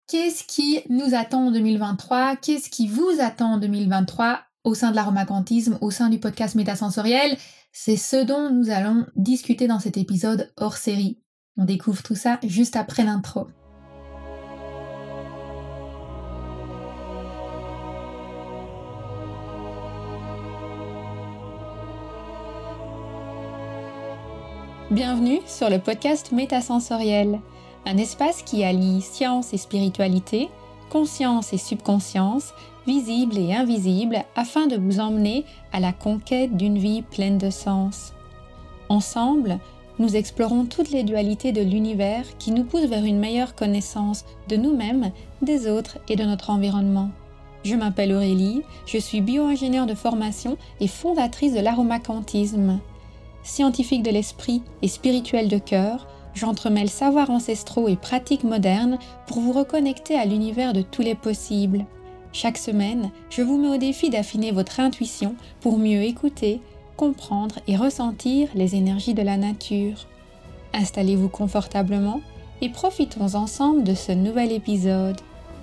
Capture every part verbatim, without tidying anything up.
Qu'est-ce qui nous attend en deux mille vingt-trois? Qu'est-ce qui vous attend en deux mille vingt-trois au sein de l'aromacantisme, au sein du podcast Métasensoriel? C'est ce dont nous allons discuter dans cet épisode hors série. On découvre tout ça juste après l'intro. Bienvenue sur le podcast Métasensoriel, un espace qui allie science et spiritualité, conscience et subconscience, visible et invisible, afin de vous emmener à la conquête d'une vie pleine de sens. Ensemble, nous explorons toutes les dualités de l'univers qui nous poussent vers une meilleure connaissance de nous-mêmes, des autres et de notre environnement. Je m'appelle Aurélie, je suis bio-ingénieure de formation et fondatrice de l'aromacantisme. Scientifique de l'esprit et spirituel de cœur, j'entremêle savoirs ancestraux et pratiques modernes pour vous reconnecter à l'univers de tous les possibles. Chaque semaine, je vous mets au défi d'affiner votre intuition pour mieux écouter, comprendre et ressentir les énergies de la nature. Installez-vous confortablement et profitons ensemble de ce nouvel épisode.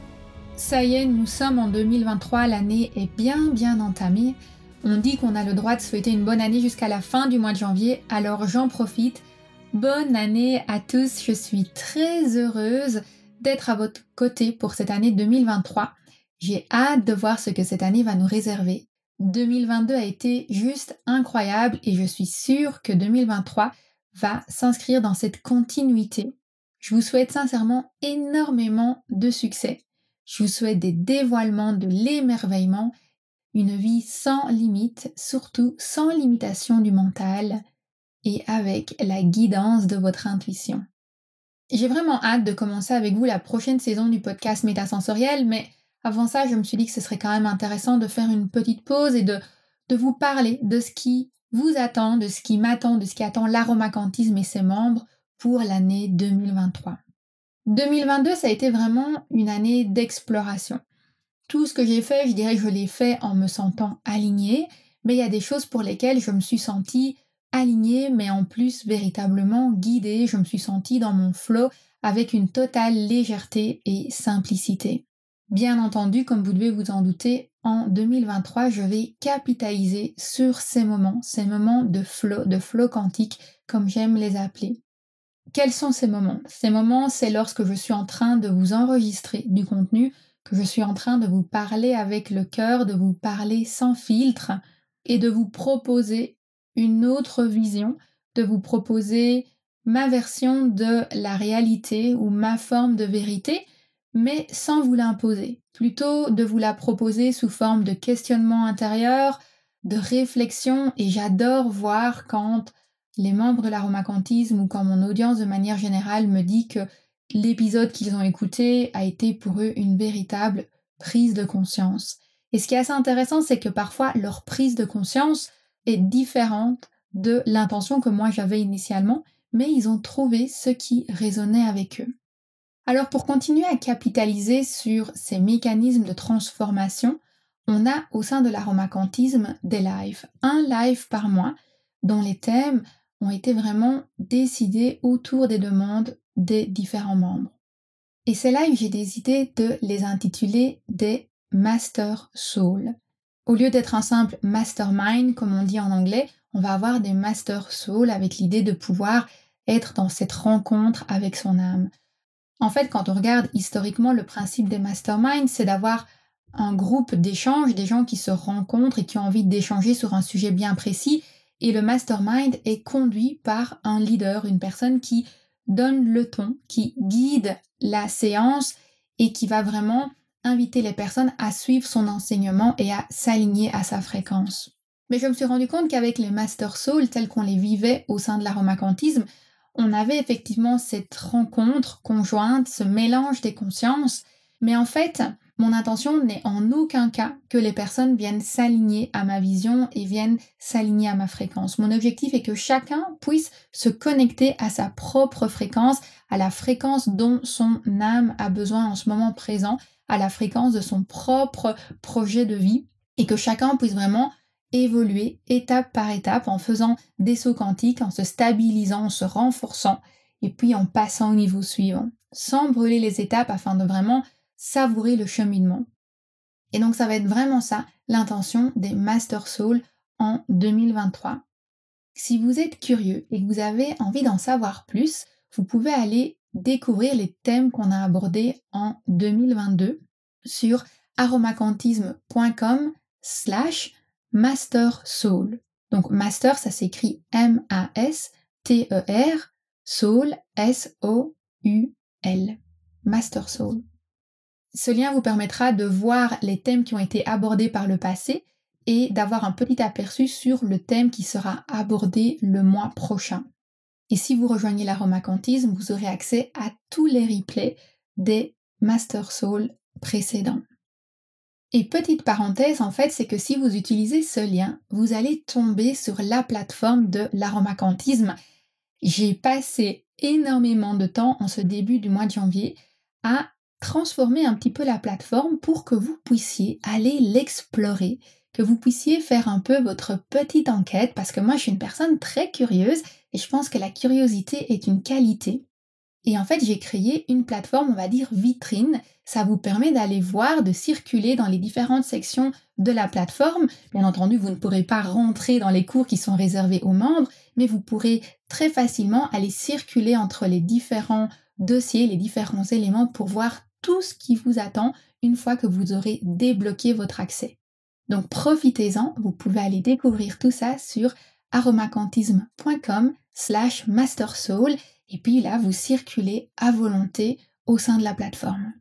Ça y est, nous sommes en deux mille vingt-trois, l'année est bien bien entamée. On dit qu'on a le droit de souhaiter une bonne année jusqu'à la fin du mois de janvier, alors j'en profite. Bonne année à tous, je suis très heureuse d'être à votre côté pour cette année deux mille vingt-trois. J'ai hâte de voir ce que cette année va nous réserver. deux mille vingt-deux a été juste incroyable et je suis sûre que deux mille vingt-trois va s'inscrire dans cette continuité. Je vous souhaite sincèrement énormément de succès. Je vous souhaite des dévoilements, de l'émerveillement, une vie sans limite, surtout sans limitation du mental et avec la guidance de votre intuition. J'ai vraiment hâte de commencer avec vous la prochaine saison du podcast Métasensoriel, mais avant ça, je me suis dit que ce serait quand même intéressant de faire une petite pause et de, de vous parler de ce qui vous attend, de ce qui m'attend, de ce qui attend l'aromacantisme et ses membres pour l'année deux mille vingt-trois. deux mille vingt-deux, ça a été vraiment une année d'exploration. Tout ce que j'ai fait, je dirais que je l'ai fait en me sentant alignée, mais il y a des choses pour lesquelles je me suis sentie alignée, mais en plus véritablement guidée. Je me suis sentie dans mon flow avec une totale légèreté et simplicité. Bien entendu, comme vous devez vous en douter, en deux mille vingt-trois, je vais capitaliser sur ces moments, ces moments de flow, de flow quantique, comme j'aime les appeler. Quels sont ces moments? Ces moments, c'est lorsque je suis en train de vous enregistrer du contenu, que je suis en train de vous parler avec le cœur, de vous parler sans filtre et de vous proposer une autre vision, de vous proposer ma version de la réalité ou ma forme de vérité, mais sans vous l'imposer. Plutôt de vous la proposer sous forme de questionnement intérieur, de réflexion, et j'adore voir quand les membres de l'aromacantisme ou quand mon audience de manière générale me dit que l'épisode qu'ils ont écouté a été pour eux une véritable prise de conscience. Et ce qui est assez intéressant, c'est que parfois leur prise de conscience est différente de l'intention que moi j'avais initialement, mais ils ont trouvé ce qui résonnait avec eux. Alors pour continuer à capitaliser sur ces mécanismes de transformation, on a au sein de l'aromacantisme des lives, un live par mois, dont les thèmes ont été vraiment décidés autour des demandes des différents membres. Et ces lives, j'ai décidé de les intituler des Master Soul. Au lieu d'être un simple mastermind, comme on dit en anglais, on va avoir des Master Soul avec l'idée de pouvoir être dans cette rencontre avec son âme. En fait, quand on regarde historiquement le principe des masterminds, c'est d'avoir un groupe d'échange, des gens qui se rencontrent et qui ont envie d'échanger sur un sujet bien précis. Et le mastermind est conduit par un leader, une personne qui donne le ton, qui guide la séance et qui va vraiment inviter les personnes à suivre son enseignement et à s'aligner à sa fréquence. Mais je me suis rendu compte qu'avec les Master Soul, tels qu'on les vivait au sein de l'aromacantisme, on avait effectivement cette rencontre conjointe, ce mélange des consciences, mais en fait, mon intention n'est en aucun cas que les personnes viennent s'aligner à ma vision et viennent s'aligner à ma fréquence. Mon objectif est que chacun puisse se connecter à sa propre fréquence, à la fréquence dont son âme a besoin en ce moment présent, à la fréquence de son propre projet de vie, et que chacun puisse vraiment évoluer étape par étape en faisant des sauts quantiques, en se stabilisant, en se renforçant et puis en passant au niveau suivant. sans brûler les étapes afin de vraiment savourer le cheminement. Et donc ça va être vraiment ça, l'intention des Master Soul en deux mille vingt-trois. Si vous êtes curieux et que vous avez envie d'en savoir plus, vous pouvez aller découvrir les thèmes qu'on a abordés en deux mille vingt-deux sur aromacantisme.com slash master soul. Donc master, ça s'écrit M A S T E R, soul, S O U L. Master Soul. Ce lien vous permettra de voir les thèmes qui ont été abordés par le passé et d'avoir un petit aperçu sur le thème qui sera abordé le mois prochain. Et si vous rejoignez l'aromacantisme, vous aurez accès à tous les replays des Master Soul précédents. Et petite parenthèse, en fait, c'est que si vous utilisez ce lien, vous allez tomber sur la plateforme de l'aromacantisme. J'ai passé énormément de temps en ce début du mois de janvier à transformer un petit peu la plateforme pour que vous puissiez aller l'explorer, que vous puissiez faire un peu votre petite enquête, parce que moi je suis une personne très curieuse et je pense que la curiosité est une qualité. Et en fait j'ai créé une plateforme, on va dire vitrine, ça vous permet d'aller voir, de circuler dans les différentes sections de la plateforme. Bien entendu, vous ne pourrez pas rentrer dans les cours qui sont réservés aux membres, mais vous pourrez très facilement aller circuler entre les différents dossiers, les différents éléments pour voir tout ce qui vous attend une fois que vous aurez débloqué votre accès. Donc profitez-en, vous pouvez aller découvrir tout ça sur aromacantisme.com slash mastersoul et puis là vous circulez à volonté au sein de la plateforme.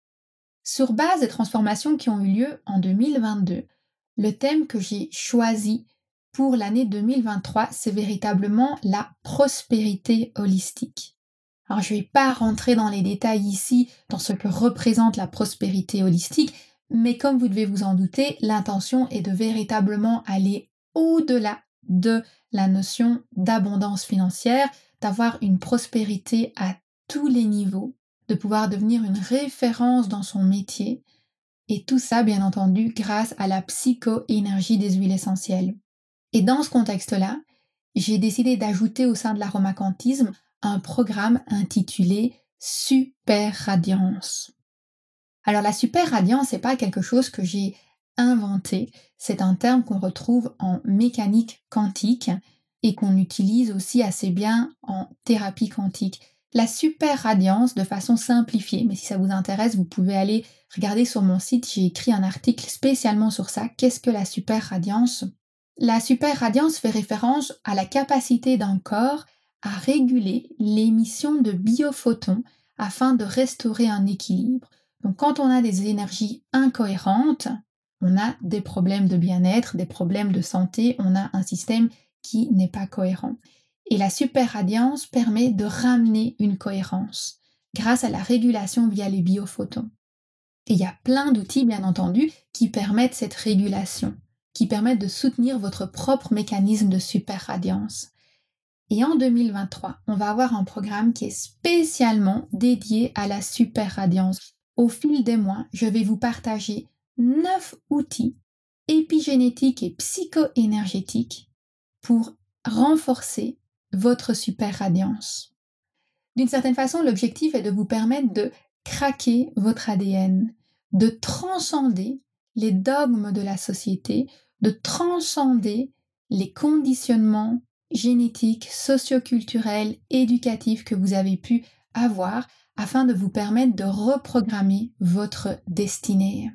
Sur base des transformations qui ont eu lieu en deux mille vingt-deux, le thème que j'ai choisi pour l'année deux mille vingt-trois, c'est véritablement la prospérité holistique. Alors je ne vais pas rentrer dans les détails ici, dans ce que représente la prospérité holistique, mais comme vous devez vous en douter, l'intention est de véritablement aller au-delà de la notion d'abondance financière, d'avoir une prospérité à tous les niveaux, de pouvoir devenir une référence dans son métier, et tout ça bien entendu grâce à la psycho-énergie des huiles essentielles. Et dans ce contexte-là, j'ai décidé d'ajouter au sein de l'aromacantisme un programme intitulé Super Radiance. Alors la super radiance, c'est pas quelque chose que j'ai inventé, c'est un terme qu'on retrouve en mécanique quantique et qu'on utilise aussi assez bien en thérapie quantique. La super radiance de façon simplifiée, mais si ça vous intéresse, vous pouvez aller regarder sur mon site, j'ai écrit un article spécialement sur ça. Qu'est-ce que la super radiance ? La super radiance fait référence à la capacité d'un corps à réguler l'émission de biophotons afin de restaurer un équilibre. Donc quand on a des énergies incohérentes, on a des problèmes de bien-être, des problèmes de santé, on a un système qui n'est pas cohérent. Et la super radiance permet de ramener une cohérence grâce à la régulation via les biophotons. Et il y a plein d'outils, bien entendu, qui permettent cette régulation, qui permettent de soutenir votre propre mécanisme de super radiance. Et en deux mille vingt-trois, on va avoir un programme qui est spécialement dédié à la super radiance. Au fil des mois, je vais vous partager neuf outils épigénétiques et psycho-énergétiques pour renforcer votre super radiance. D'une certaine façon, l'objectif est de vous permettre de craquer votre A D N, de transcender les dogmes de la société, de transcender les conditionnements génétiques, socioculturels, éducatifs que vous avez pu avoir afin de vous permettre de reprogrammer votre destinée.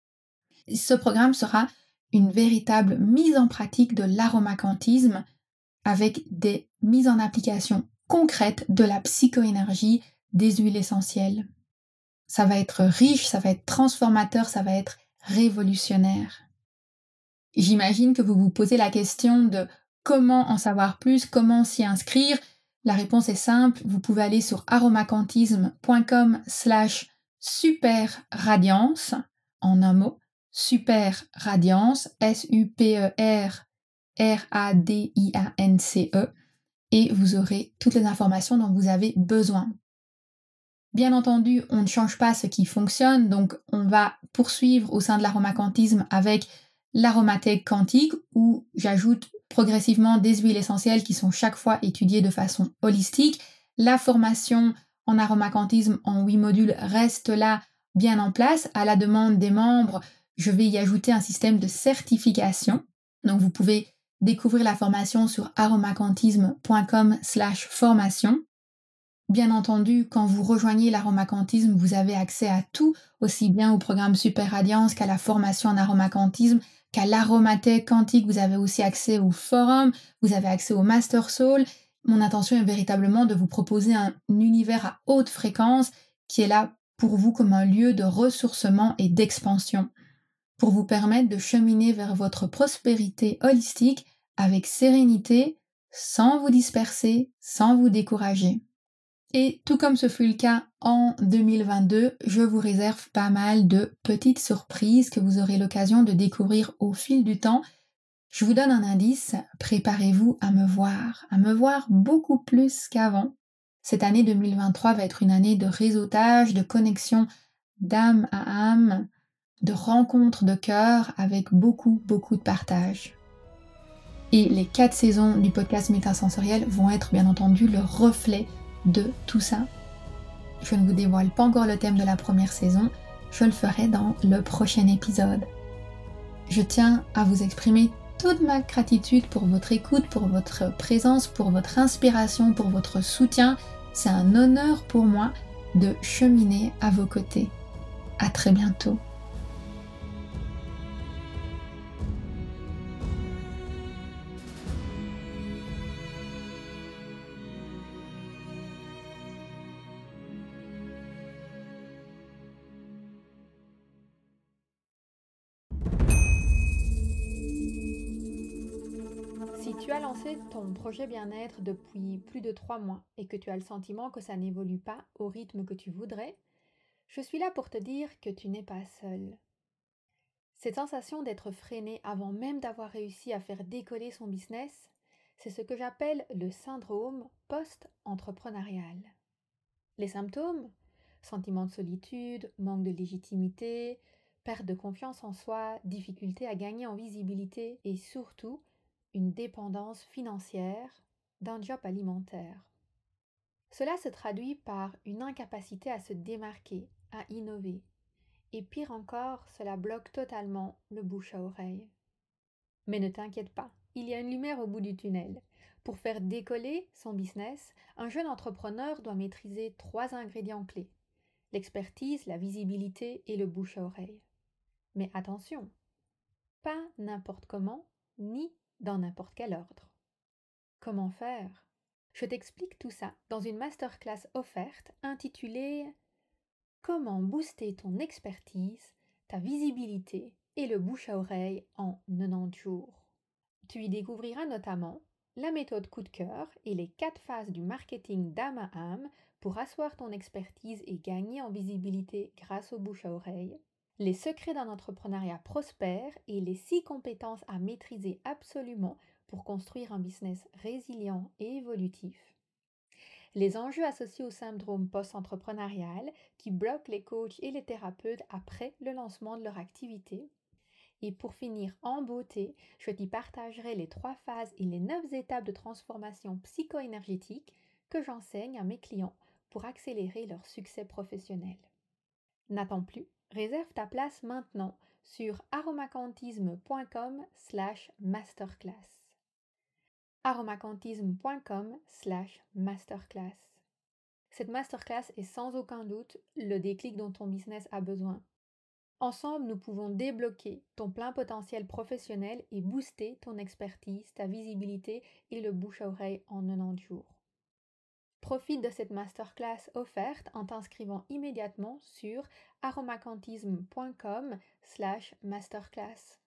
Ce programme sera une véritable mise en pratique de l'aromacantisme avec des mises en application concrètes de la psychoénergie des huiles essentielles. Ça va être riche, ça va être transformateur, ça va être révolutionnaire. J'imagine que vous vous posez la question de comment en savoir plus, comment s'y inscrire. La réponse est simple, vous pouvez aller sur aromacantisme.com slash superradiance, en un mot, super radiance, S U P E R R A D I A N C E, et vous aurez toutes les informations dont vous avez besoin. Bien entendu, on ne change pas ce qui fonctionne, donc on va poursuivre au sein de l'aromacantisme avec l'aromathèque quantique où j'ajoute progressivement des huiles essentielles qui sont chaque fois étudiées de façon holistique, la formation en aromacantisme en huit modules reste là bien en place. À la demande des membres, je vais y ajouter un système de certification. Donc vous pouvez découvrir la formation sur aromacantisme point com slash formation. Bien entendu, quand vous rejoignez l'aromacantisme, vous avez accès à tout, aussi bien au programme Super Radiance qu'à la formation en aromacantisme, qu'à l'aromathèque quantique. Vous avez aussi accès au forum, vous avez accès au Master Soul. Mon intention est véritablement de vous proposer un univers à haute fréquence qui est là pour vous comme un lieu de ressourcement et d'expansion, pour vous permettre de cheminer vers votre prospérité holistique avec sérénité, sans vous disperser, sans vous décourager. Et tout comme ce fut le cas en deux mille vingt-deux, je vous réserve pas mal de petites surprises que vous aurez l'occasion de découvrir au fil du temps. Je vous donne un indice, préparez-vous à me voir, à me voir beaucoup plus qu'avant. Cette année deux mille vingt-trois va être une année de réseautage, de connexion d'âme à âme, de rencontres de cœur avec beaucoup, beaucoup de partage. Et les quatre saisons du podcast Métasensoriel vont être bien entendu le reflet de tout ça. Je ne vous dévoile pas encore le thème de la première saison, je le ferai dans le prochain épisode. Je tiens à vous exprimer toute ma gratitude pour votre écoute, pour votre présence, pour votre inspiration, pour votre soutien. C'est un honneur pour moi de cheminer à vos côtés. À très bientôt. Si tu as lancé ton projet bien-être depuis plus de trois mois et que tu as le sentiment que ça n'évolue pas au rythme que tu voudrais, je suis là pour te dire que tu n'es pas seul. Cette sensation d'être freiné avant même d'avoir réussi à faire décoller son business, c'est ce que j'appelle le syndrome post-entrepreneurial. Les symptômes, sentiment de solitude, manque de légitimité, perte de confiance en soi, difficulté à gagner en visibilité et surtout une dépendance financière d'un job alimentaire. Cela se traduit par une incapacité à se démarquer, à innover. Et pire encore, cela bloque totalement le bouche à oreille. Mais ne t'inquiète pas, il y a une lumière au bout du tunnel. Pour faire décoller son business, un jeune entrepreneur doit maîtriser trois ingrédients clés: l'expertise, la visibilité et le bouche à oreille. Mais attention, pas n'importe comment, ni dans n'importe quel ordre. Comment faire? Je t'explique tout ça dans une masterclass offerte intitulée « Comment booster ton expertise, ta visibilité et le bouche à oreille en quatre-vingt-dix jours ». Tu y découvriras notamment la méthode coup de cœur et les quatre phases du marketing d'âme à âme pour asseoir ton expertise et gagner en visibilité grâce au bouche à oreille, les secrets d'un entrepreneuriat prospère et les six compétences à maîtriser absolument pour construire un business résilient et évolutif, les enjeux associés au syndrome post-entrepreneurial qui bloquent les coachs et les thérapeutes après le lancement de leur activité. Et pour finir en beauté, je t'y partagerai les trois phases et les neuf étapes de transformation psycho-énergétique que j'enseigne à mes clients pour accélérer leur succès professionnel. N'attends plus, réserve ta place maintenant sur aromacantisme point com slash masterclass. aromacantisme point com slash masterclass. Cette masterclass est sans aucun doute le déclic dont ton business a besoin. Ensemble, nous pouvons débloquer ton plein potentiel professionnel et booster ton expertise, ta visibilité et le bouche à oreille en quatre-vingt-dix jours. Profite de cette masterclass offerte en t'inscrivant immédiatement sur aromacantisme point com slash masterclass.